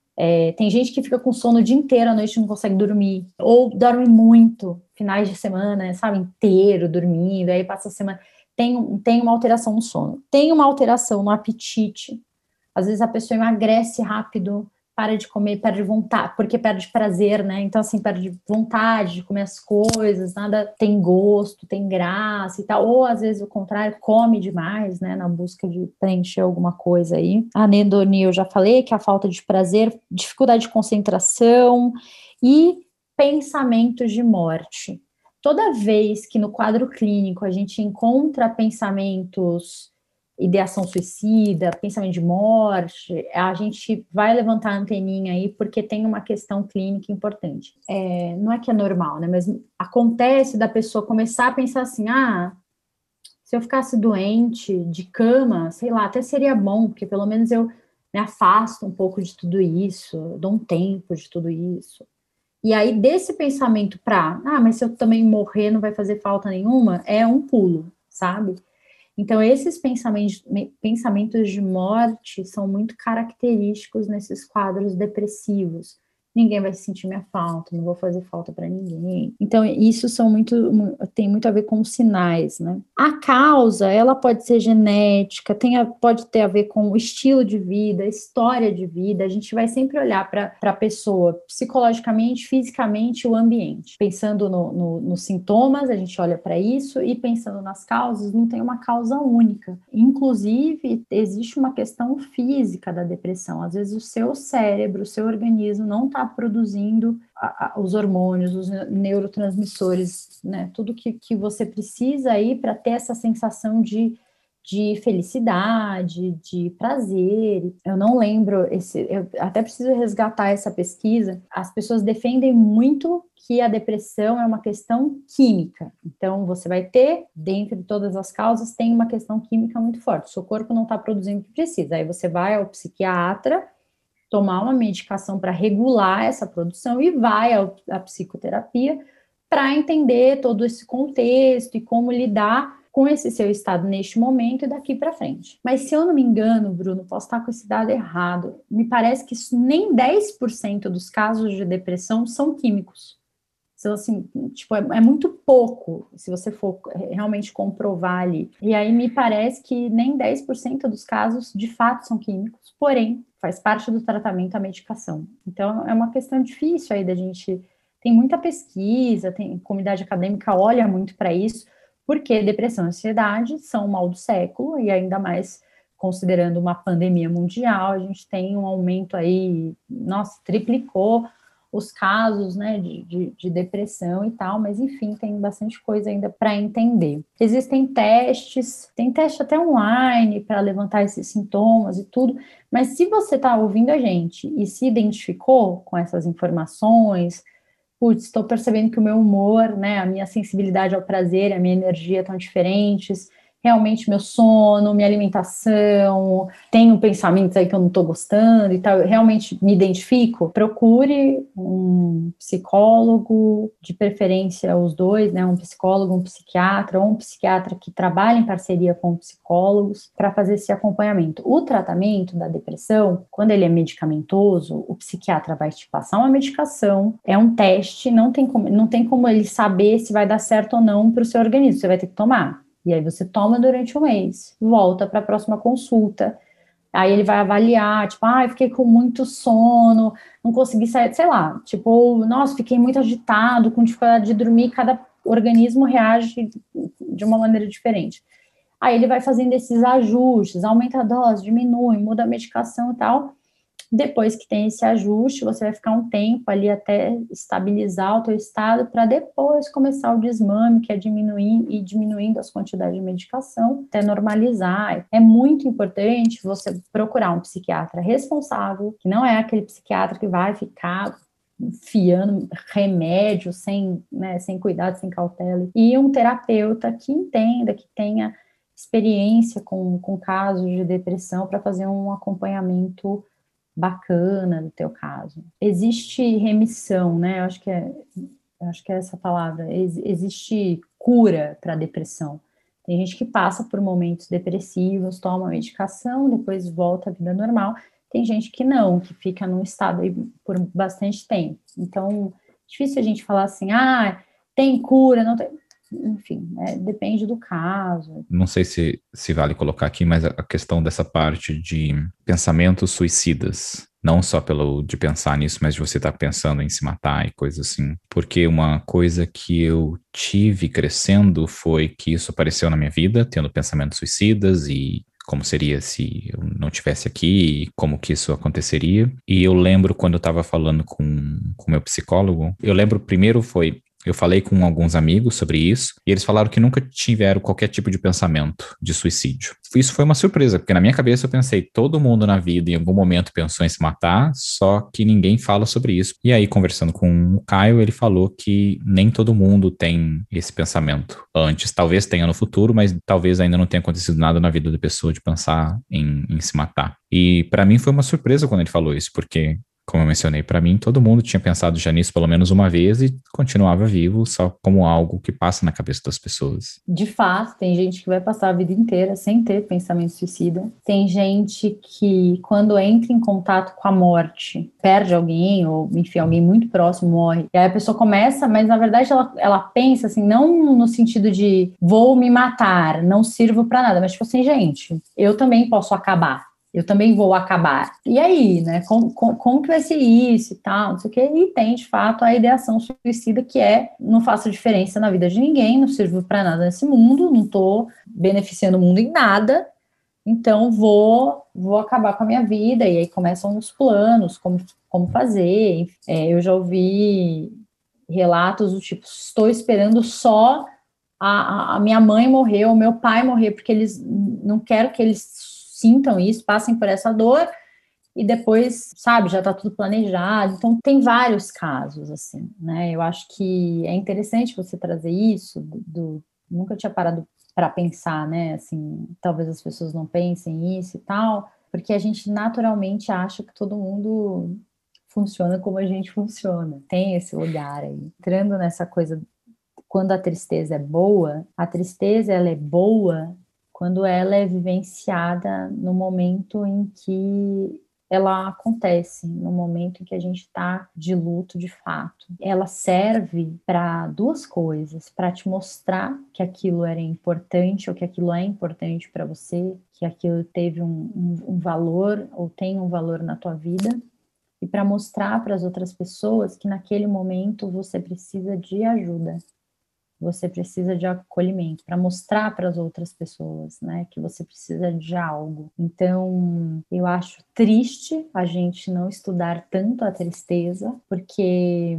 É, tem gente que fica com sono o dia inteiro, à noite não consegue dormir, ou dorme muito, finais de semana, sabe, inteiro dormindo, aí passa a semana. Tem, tem uma alteração no sono, tem uma alteração no apetite. Às vezes a pessoa emagrece rápido, para de comer, perde vontade, porque perde prazer, né? Então, assim, perde vontade de comer as coisas, nada tem gosto, tem graça e tal. Ou, às vezes, o contrário, come demais, né? Na busca de preencher alguma coisa aí. A anedonia, eu já falei, que é a falta de prazer, dificuldade de concentração e pensamentos de morte. Toda vez que no quadro clínico a gente encontra pensamentos, ideação suicida, pensamento de morte, a gente vai levantar a anteninha aí, porque tem uma questão clínica importante. É, não é que é normal, né? Mas acontece da pessoa começar a pensar assim, ah, se eu ficasse doente, de cama, sei lá, até seria bom, porque pelo menos eu me afasto um pouco de tudo isso, dou um tempo de tudo isso. E aí, desse pensamento para, ah, mas se eu também morrer não vai fazer falta nenhuma, é um pulo, sabe? Então, esses pensamentos, pensamentos de morte são muito característicos nesses quadros depressivos. Ninguém vai sentir minha falta, não vou fazer falta para ninguém. Então, isso são muito, tem muito a ver com os sinais, né? A causa, ela pode ser genética, tem a, pode ter a ver com o estilo de vida, história de vida. A gente vai sempre olhar para a pessoa psicologicamente, fisicamente, o ambiente. Pensando no, no, nos sintomas, a gente olha para isso, e pensando nas causas, não tem uma causa única. Inclusive, existe uma questão física da depressão. Às vezes, o seu cérebro, o seu organismo não está produzindo a, a, os hormônios, os neurotransmissores, né? Tudo que, que você precisa aí para ter essa sensação de, de felicidade, de prazer. Eu não lembro, esse, eu até preciso resgatar essa pesquisa. As pessoas defendem muito que a depressão é uma questão química. Então, você vai ter, dentro de todas as causas, tem uma questão química muito forte. O seu corpo não está produzindo o que precisa. Aí você vai ao psiquiatra tomar uma medicação para regular essa produção e vai à psicoterapia para entender todo esse contexto e como lidar com esse seu estado neste momento e daqui para frente. Mas se eu não me engano, Bruno, posso estar com esse dado errado, me parece que nem dez por cento dos casos de depressão são químicos. Então, assim, tipo, é, é muito pouco, se você for realmente comprovar ali. E aí me parece que nem dez por cento dos casos, de fato, são químicos, porém, faz parte do tratamento a medicação. Então, é uma questão difícil aí da gente... Tem muita pesquisa, tem comunidade acadêmica olha muito para isso, porque depressão e ansiedade são o mal do século, e ainda mais considerando uma pandemia mundial, a gente tem um aumento aí, nossa, triplicou os casos, né, de, de, de depressão e tal, mas enfim, tem bastante coisa ainda para entender. Existem testes, tem teste até online para levantar esses sintomas e tudo, mas se você está ouvindo a gente e se identificou com essas informações, putz, estou percebendo que o meu humor, né, a minha sensibilidade ao prazer, a minha energia estão diferentes, realmente meu sono, minha alimentação, tenho pensamentos aí que eu não estou gostando e tal, eu realmente me identifico, procure um psicólogo, de preferência os dois, né, um psicólogo, um psiquiatra, ou um psiquiatra que trabalha em parceria com psicólogos, para fazer esse acompanhamento. O tratamento da depressão, quando ele é medicamentoso, o psiquiatra vai te passar uma medicação, é um teste, não tem como, não tem como ele saber se vai dar certo ou não para o seu organismo, você vai ter que tomar. E aí você toma durante um mês, volta para a próxima consulta. Aí ele vai avaliar, tipo, ah, eu fiquei com muito sono, não consegui sair, sei lá, tipo, nossa, fiquei muito agitado, com dificuldade de dormir, cada o organismo reage de uma maneira diferente. Aí ele vai fazendo esses ajustes, aumenta a dose, diminui, muda a medicação e tal. Depois que tem esse ajuste, você vai ficar um tempo ali até estabilizar o teu estado para depois começar o desmame, que é diminuir e diminuindo as quantidades de medicação até normalizar. É muito importante você procurar um psiquiatra responsável, que não é aquele psiquiatra que vai ficar enfiando remédio sem, né, sem cuidado, sem cautela, e um terapeuta que entenda, que tenha experiência com, com casos de depressão para fazer um acompanhamento bacana no teu caso. Existe remissão, né? Eu acho que é, eu acho que é essa palavra. Ex- existe cura para a depressão. Tem gente que passa por momentos depressivos, toma medicação, depois volta à vida normal. Tem gente que não, que fica num estado aí por bastante tempo. Então, é difícil a gente falar assim, ah, tem cura, não tem... Enfim, é, depende do caso. Não sei se, se vale colocar aqui, mas a a questão dessa parte de pensamentos suicidas, não só pelo de pensar nisso, mas de você estar pensando em se matar e coisas assim. Porque uma coisa que eu tive crescendo foi que isso apareceu na minha vida, tendo pensamentos suicidas e como seria se eu não tivesse aqui e como que isso aconteceria. E eu lembro quando eu estava falando com o meu psicólogo, eu lembro primeiro foi eu falei com alguns amigos sobre isso e eles falaram que nunca tiveram qualquer tipo de pensamento de suicídio. Isso foi uma surpresa, porque na minha cabeça eu pensei, todo mundo na vida em algum momento pensou em se matar, só que ninguém fala sobre isso. E aí, conversando com o Caio, ele falou que nem todo mundo tem esse pensamento antes. Talvez tenha no futuro, mas talvez ainda não tenha acontecido nada na vida da pessoa de pensar em, em se matar. E para mim foi uma surpresa quando ele falou isso, porque como eu mencionei, para mim, todo mundo tinha pensado já nisso pelo menos uma vez e continuava vivo só como algo que passa na cabeça das pessoas. De fato, tem gente que vai passar a vida inteira sem ter pensamento suicida. Tem gente que, quando entra em contato com a morte, perde alguém, ou enfim, alguém muito próximo morre. E aí a pessoa começa, mas na verdade ela, ela pensa assim, não no sentido de vou me matar, não sirvo para nada, mas tipo assim, gente, eu também posso acabar. Eu também vou acabar. E aí, né? Como, como, como que vai ser isso e tal, não sei o quê. E tem, de fato, a ideação suicida, que é não faço diferença na vida de ninguém, não sirvo para nada nesse mundo, não estou beneficiando o mundo em nada, então vou, vou acabar com a minha vida. E aí começam os planos, como, como fazer. É, eu já ouvi relatos do tipo, estou esperando só a, a minha mãe morrer ou meu pai morrer, porque eles não quero que eles sintam isso, passem por essa dor e depois, sabe, já tá tudo planejado. Então, tem vários casos, assim, né? Eu acho que é interessante você trazer isso, do, do nunca tinha parado para pensar, né? Assim, talvez as pessoas não pensem isso e tal, porque a gente naturalmente acha que todo mundo funciona como a gente funciona. Tem esse lugar aí. Entrando nessa coisa, quando a tristeza é boa, a tristeza, ela é boa quando ela é vivenciada no momento em que ela acontece, no momento em que a gente está de luto de fato. Ela serve para duas coisas, para te mostrar que aquilo era importante ou que aquilo é importante para você, que aquilo teve um, um, um valor ou tem um valor na tua vida, e para mostrar para as outras pessoas que naquele momento você precisa de ajuda. Você precisa de acolhimento, para mostrar para as outras pessoas, né, que você precisa de algo. Então, eu acho triste a gente não estudar tanto a tristeza, porque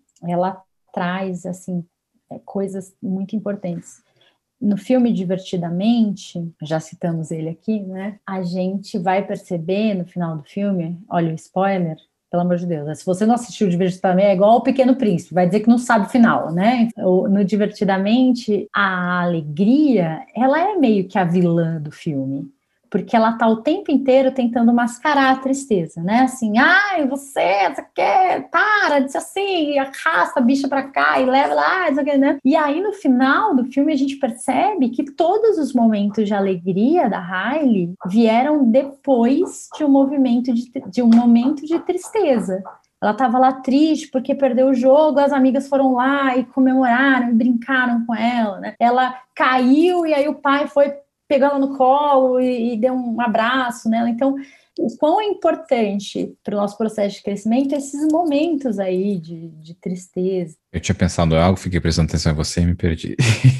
ela traz, assim, coisas muito importantes. No filme Divertidamente, já citamos ele aqui, né, a gente vai perceber no final do filme, olha o spoiler, pelo amor de Deus, se você não assistiu Divertidamente, é igual ao Pequeno Príncipe, vai dizer que não sabe o final, né? No Divertidamente, a alegria, ela é meio que a vilã do filme, porque ela tá o tempo inteiro tentando mascarar a tristeza, né? Assim, ai, você, você quer, para, diz assim, arrasta a bicha pra cá e leva lá, isso aqui, né? E aí, no final do filme, a gente percebe que todos os momentos de alegria da Riley vieram depois de um movimento de, de um momento de tristeza. Ela estava lá triste porque perdeu o jogo, as amigas foram lá e comemoraram e brincaram com ela, né? Ela caiu e aí o pai foi pegou ela no colo e, e deu um abraço nela. Então, o quão é importante para o nosso processo de crescimento esses momentos aí de, de tristeza. Eu tinha pensado em algo, fiquei prestando atenção em você e me perdi.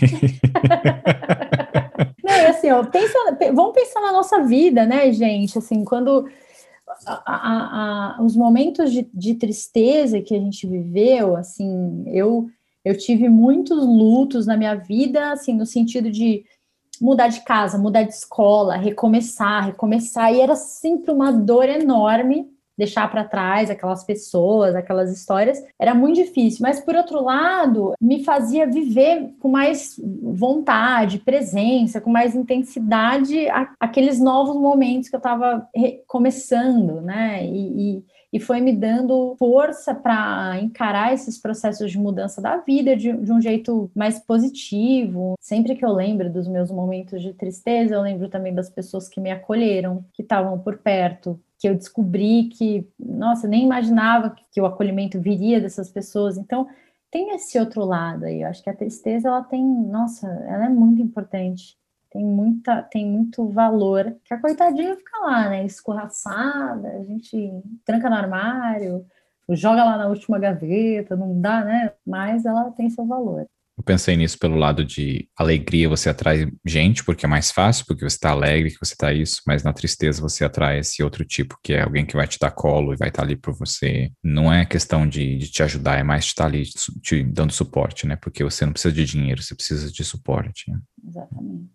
Não, e assim, ó, pensa, vamos pensar na nossa vida, né, gente? Assim, quando a, a, a, os momentos de, de tristeza que a gente viveu, assim, eu, eu tive muitos lutos na minha vida, assim, no sentido de mudar de casa, mudar de escola, recomeçar, recomeçar, e era sempre uma dor enorme deixar para trás aquelas pessoas, aquelas histórias, era muito difícil, mas por outro lado, me fazia viver com mais vontade, presença, com mais intensidade aqueles novos momentos que eu estava começando, né, e, e, e foi me dando força para encarar esses processos de mudança da vida de, de um jeito mais positivo. Sempre que eu lembro dos meus momentos de tristeza, eu lembro também das pessoas que me acolheram, que estavam por perto, que eu descobri que, nossa, nem imaginava que, que o acolhimento viria dessas pessoas. Então, tem esse outro lado aí. Eu acho que a tristeza, ela tem, nossa, ela é muito importante. Tem, muita, tem muito valor. Que a coitadinha fica lá, né, escorraçada, a gente tranca no armário, joga lá na última gaveta, não dá, né? Mas ela tem seu valor. Eu pensei nisso pelo lado de alegria, você atrai gente, porque é mais fácil, porque você está alegre, que você está isso, mas na tristeza você atrai esse outro tipo, que é alguém que vai te dar colo e vai estar ali por você. Não é questão de, de te ajudar, é mais de estar ali te, te dando suporte, né? Porque você não precisa de dinheiro, você precisa de suporte. Né? Exatamente.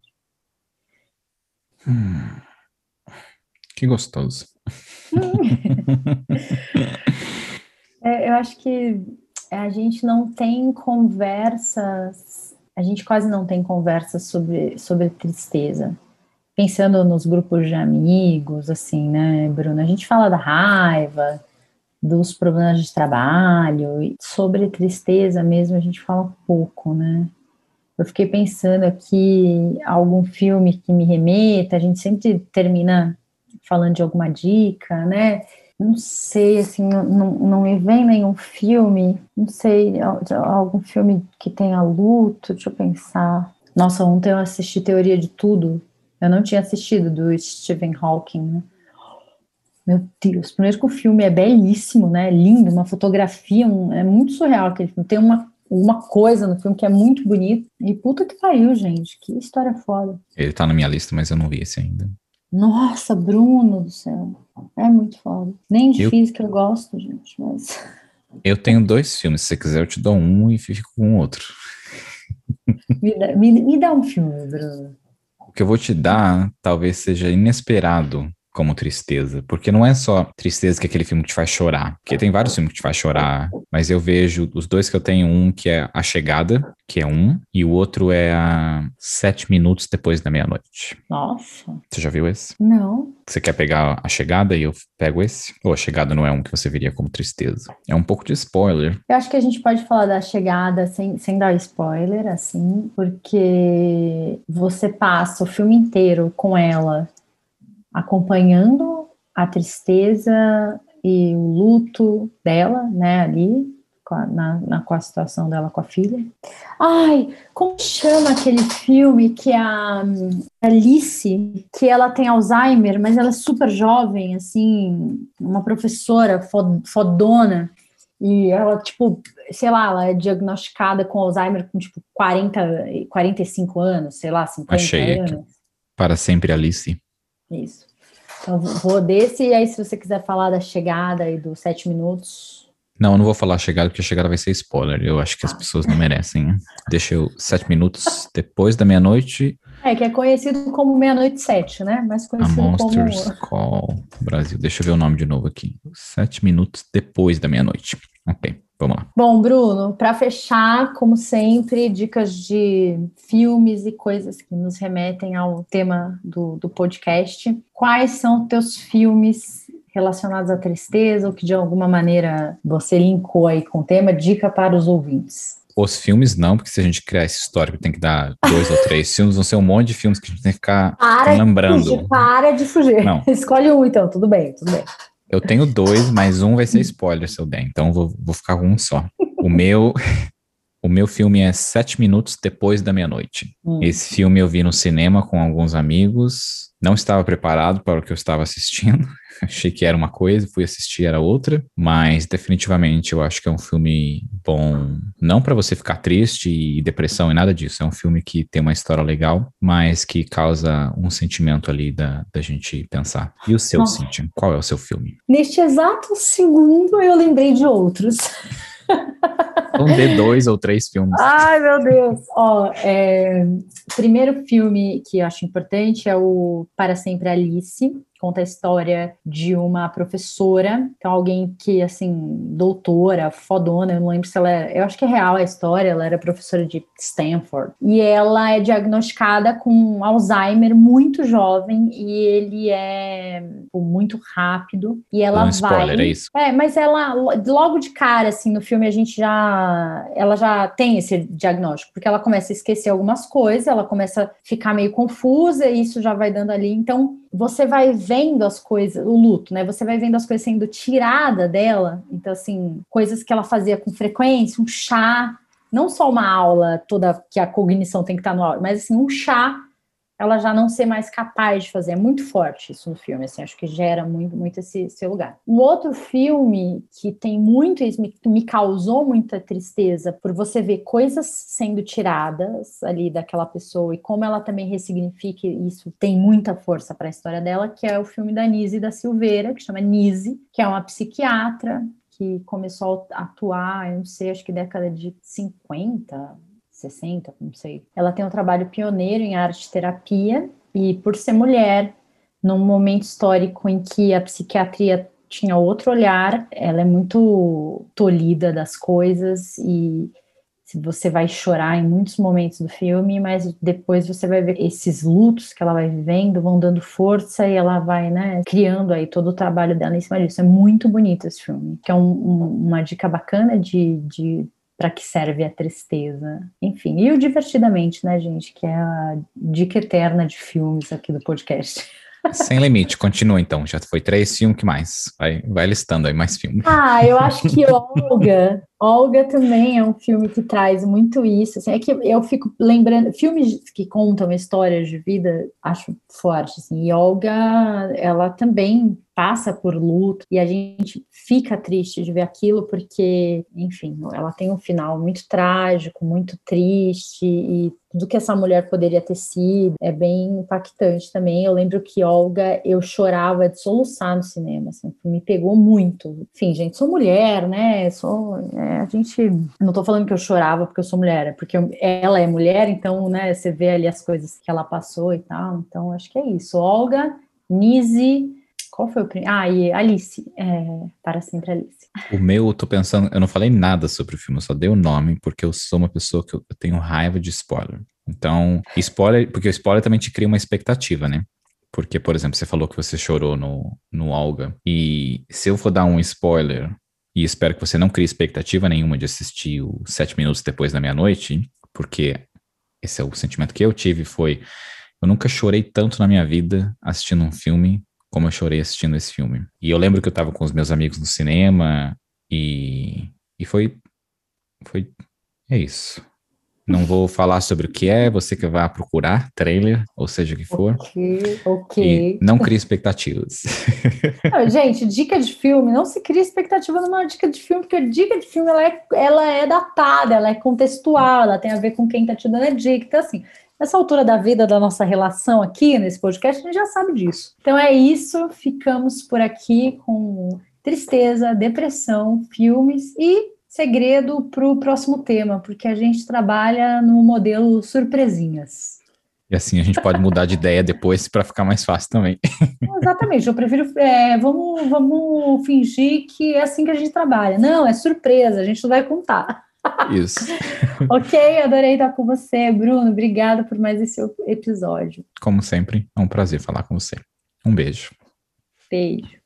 Hum, que gostoso. é, eu acho que a gente não tem conversas, a gente quase não tem conversas sobre, sobre tristeza. Pensando nos grupos de amigos, assim, né, Bruna? A gente fala da raiva, dos problemas de trabalho, e sobre tristeza mesmo a gente fala pouco, né? Eu fiquei pensando aqui, algum filme que me remeta, a gente sempre termina falando de alguma dica, né? Não sei, assim, não, não me vem nenhum filme, não sei, algum filme que tenha luto, deixa eu pensar. Nossa, ontem eu assisti Teoria de Tudo, eu não tinha assistido, do Stephen Hawking, né? Meu Deus, primeiro que o filme é belíssimo, né? Lindo, uma fotografia, um, é muito surreal aquele filme, tem uma, uma coisa no filme que é muito bonito, e puta que pariu, gente, que história foda. Ele tá na minha lista, mas eu não vi esse ainda. Nossa, Bruno do céu, é muito foda. Nem de eu, física eu gosto, gente, mas... Eu tenho dois filmes, se você quiser eu te dou um e fico com o outro. me, dá, me, me dá um filme, Bruno. O que eu vou te dar talvez seja inesperado como tristeza, porque não é só tristeza que é aquele filme que te faz chorar, porque tem vários filmes que te faz chorar, mas eu vejo os dois que eu tenho, um que é A Chegada, que é um, e o outro é a Sete Minutos Depois da Meia-Noite. Nossa. Você já viu esse? Não. Você quer pegar A Chegada e eu pego esse? Ou A Chegada não é um que você veria como tristeza? É um pouco de spoiler. Eu acho que a gente pode falar da Chegada sem, sem dar spoiler, assim, porque você passa o filme inteiro com ela acompanhando a tristeza e o luto dela, né, ali, com a, na, na, com a situação dela com a filha. Ai, como chama aquele filme que a Alice, que ela tem Alzheimer, mas ela é super jovem, assim, uma professora fodona, e ela, tipo, sei lá, ela é diagnosticada com Alzheimer com, tipo, quarenta, quarenta e cinco anos, sei lá, cinquenta Achei anos. aqui. Para Sempre Alice. Isso. Então, vou desse, e aí se você quiser falar da Chegada e dos Sete Minutos... Não, eu não vou falar a Chegada, porque a Chegada vai ser spoiler. Eu acho que as pessoas não merecem, né? Deixa eu Sete Minutos Depois da Meia-Noite. É, que é conhecido como Meia-Noite Sete, né? Mais conhecido A Monsters como... Call Brasil. Deixa eu ver o nome de novo aqui. Sete Minutos Depois da Meia-Noite. Ok, vamos lá. Bom, Bruno, para fechar, como sempre, dicas de filmes e coisas que nos remetem ao tema do, do podcast. Quais são teus filmes relacionados à tristeza ou que de alguma maneira você linkou aí com o tema? Dica para os ouvintes. Os filmes não, porque se a gente criar esse histórico tem que dar dois ou três filmes, vão ser um monte de filmes que a gente tem que ficar, para ficar lembrando. De fugir, para de fugir. Não. Escolhe um então, tudo bem, tudo bem. Eu tenho dois, mas um vai ser spoiler se eu der, então vou, vou ficar com um só. O meu, O meu filme é Sete Minutos Depois da Meia-Noite. Hum. Esse filme eu vi no cinema com alguns amigos. Não estava preparado para o que eu estava assistindo. Achei que era uma coisa, fui assistir, era outra. Mas definitivamente eu acho que é um filme bom. Não para você ficar triste e depressão e nada disso. É um filme que tem uma história legal, mas que causa um sentimento ali da, da gente pensar. E o seu, Nossa. Cíntia? Qual é o seu filme? Neste exato segundo eu lembrei de outros. Então dê dois ou três filmes. Ai, meu Deus. Ó, é, primeiro filme que eu acho importante é o Para Sempre Alice. Conta a história de uma professora, que é alguém que, assim, doutora, fodona, eu não lembro se ela é, eu acho que é real a história, ela era professora de Stanford, e ela é diagnosticada com Alzheimer muito jovem, e ele é muito rápido, e ela um vai... spoiler, é isso? É, mas ela, logo de cara, assim, no filme a gente já, ela já tem esse diagnóstico, porque ela começa a esquecer algumas coisas, ela começa a ficar meio confusa, e isso já vai dando ali, então você vai vendo as coisas, o luto, né? Você vai vendo as coisas sendo tiradas dela. Então, assim, coisas que ela fazia com frequência, um chá, não só uma aula toda que a cognição tem que estar no aula, mas assim, um chá, ela já não ser mais capaz de fazer. É muito forte isso no filme, assim, acho que gera muito, muito esse, esse lugar. Um outro filme que tem muito isso, me, me causou muita tristeza, por você ver coisas sendo tiradas ali daquela pessoa e como ela também ressignifica isso, tem muita força para a história dela, que é o filme da Nise da Silveira, que chama Nise, que é uma psiquiatra que começou a atuar, eu não sei, acho que década de cinquenta, sessenta, não sei. Ela tem um trabalho pioneiro em arte-terapia e, por ser mulher, num momento histórico em que a psiquiatria tinha outro olhar, ela é muito tolhida das coisas e você vai chorar em muitos momentos do filme, mas depois você vai ver esses lutos que ela vai vivendo, vão dando força e ela vai, né, criando aí todo o trabalho dela em cima disso. É muito bonito esse filme, que é um, um, uma dica bacana de... de para que serve a tristeza. Enfim, e o Divertidamente, né, gente? Que é a dica eterna de filmes aqui do podcast. Sem limite, continua então. Já foi três filmes, que mais? Vai, vai listando aí mais filmes. Ah, eu acho que Olga... Olga também é um filme que traz muito isso. Assim, é que eu fico lembrando... Filmes que contam histórias de vida, acho forte. Assim, e Olga, ela também passa por luto e a gente fica triste de ver aquilo porque, enfim, ela tem um final muito trágico, muito triste e tudo que essa mulher poderia ter sido é bem impactante também. Eu lembro que Olga, eu chorava de soluçar no cinema, assim, me pegou muito. Enfim, gente, sou mulher, né? Sou, é, a gente, não tô falando que eu chorava porque eu sou mulher, é porque eu, ela é mulher, então, né, você vê ali as coisas que ela passou e tal. Então, acho que é isso. Olga, Nise, qual foi o primeiro? Ah, e Alice, é, Para Sempre Alice. O meu, eu tô pensando, eu não falei nada sobre o filme, eu só dei o nome, porque eu sou uma pessoa que eu, eu tenho raiva de spoiler. Então, spoiler, porque o spoiler também te cria uma expectativa, né? Porque, por exemplo, você falou que você chorou no, no Olga, e se eu for dar um spoiler, e espero que você não crie expectativa nenhuma de assistir o Sete Minutos Depois da Meia-Noite, porque esse é o sentimento que eu tive, foi, eu nunca chorei tanto na minha vida assistindo um filme como eu chorei assistindo esse filme. E eu lembro que eu tava com os meus amigos no cinema e, e foi, foi, é isso. Não vou falar sobre o que é, você que vai procurar trailer, ou seja o que for. Ok, ok. E não crie expectativas. Não, gente, dica de filme, não se cria expectativa numa dica de filme, porque a dica de filme ela é, ela é datada, ela é contextual, ela tem a ver com quem tá te dando a dica, então assim... Nessa altura da vida, da nossa relação aqui, nesse podcast, a gente já sabe disso. Então é isso, ficamos por aqui com tristeza, depressão, filmes e segredo para o próximo tema, porque a gente trabalha no modelo surpresinhas. E assim a gente pode mudar de ideia depois para ficar mais fácil também. Exatamente, eu prefiro, é, vamos, vamos fingir que é assim que a gente trabalha. Não, é surpresa, a gente não vai contar. Isso. Ok, adorei estar com você, Bruno. Obrigada por mais esse episódio. Como sempre, é um prazer falar com você. Um beijo. Beijo.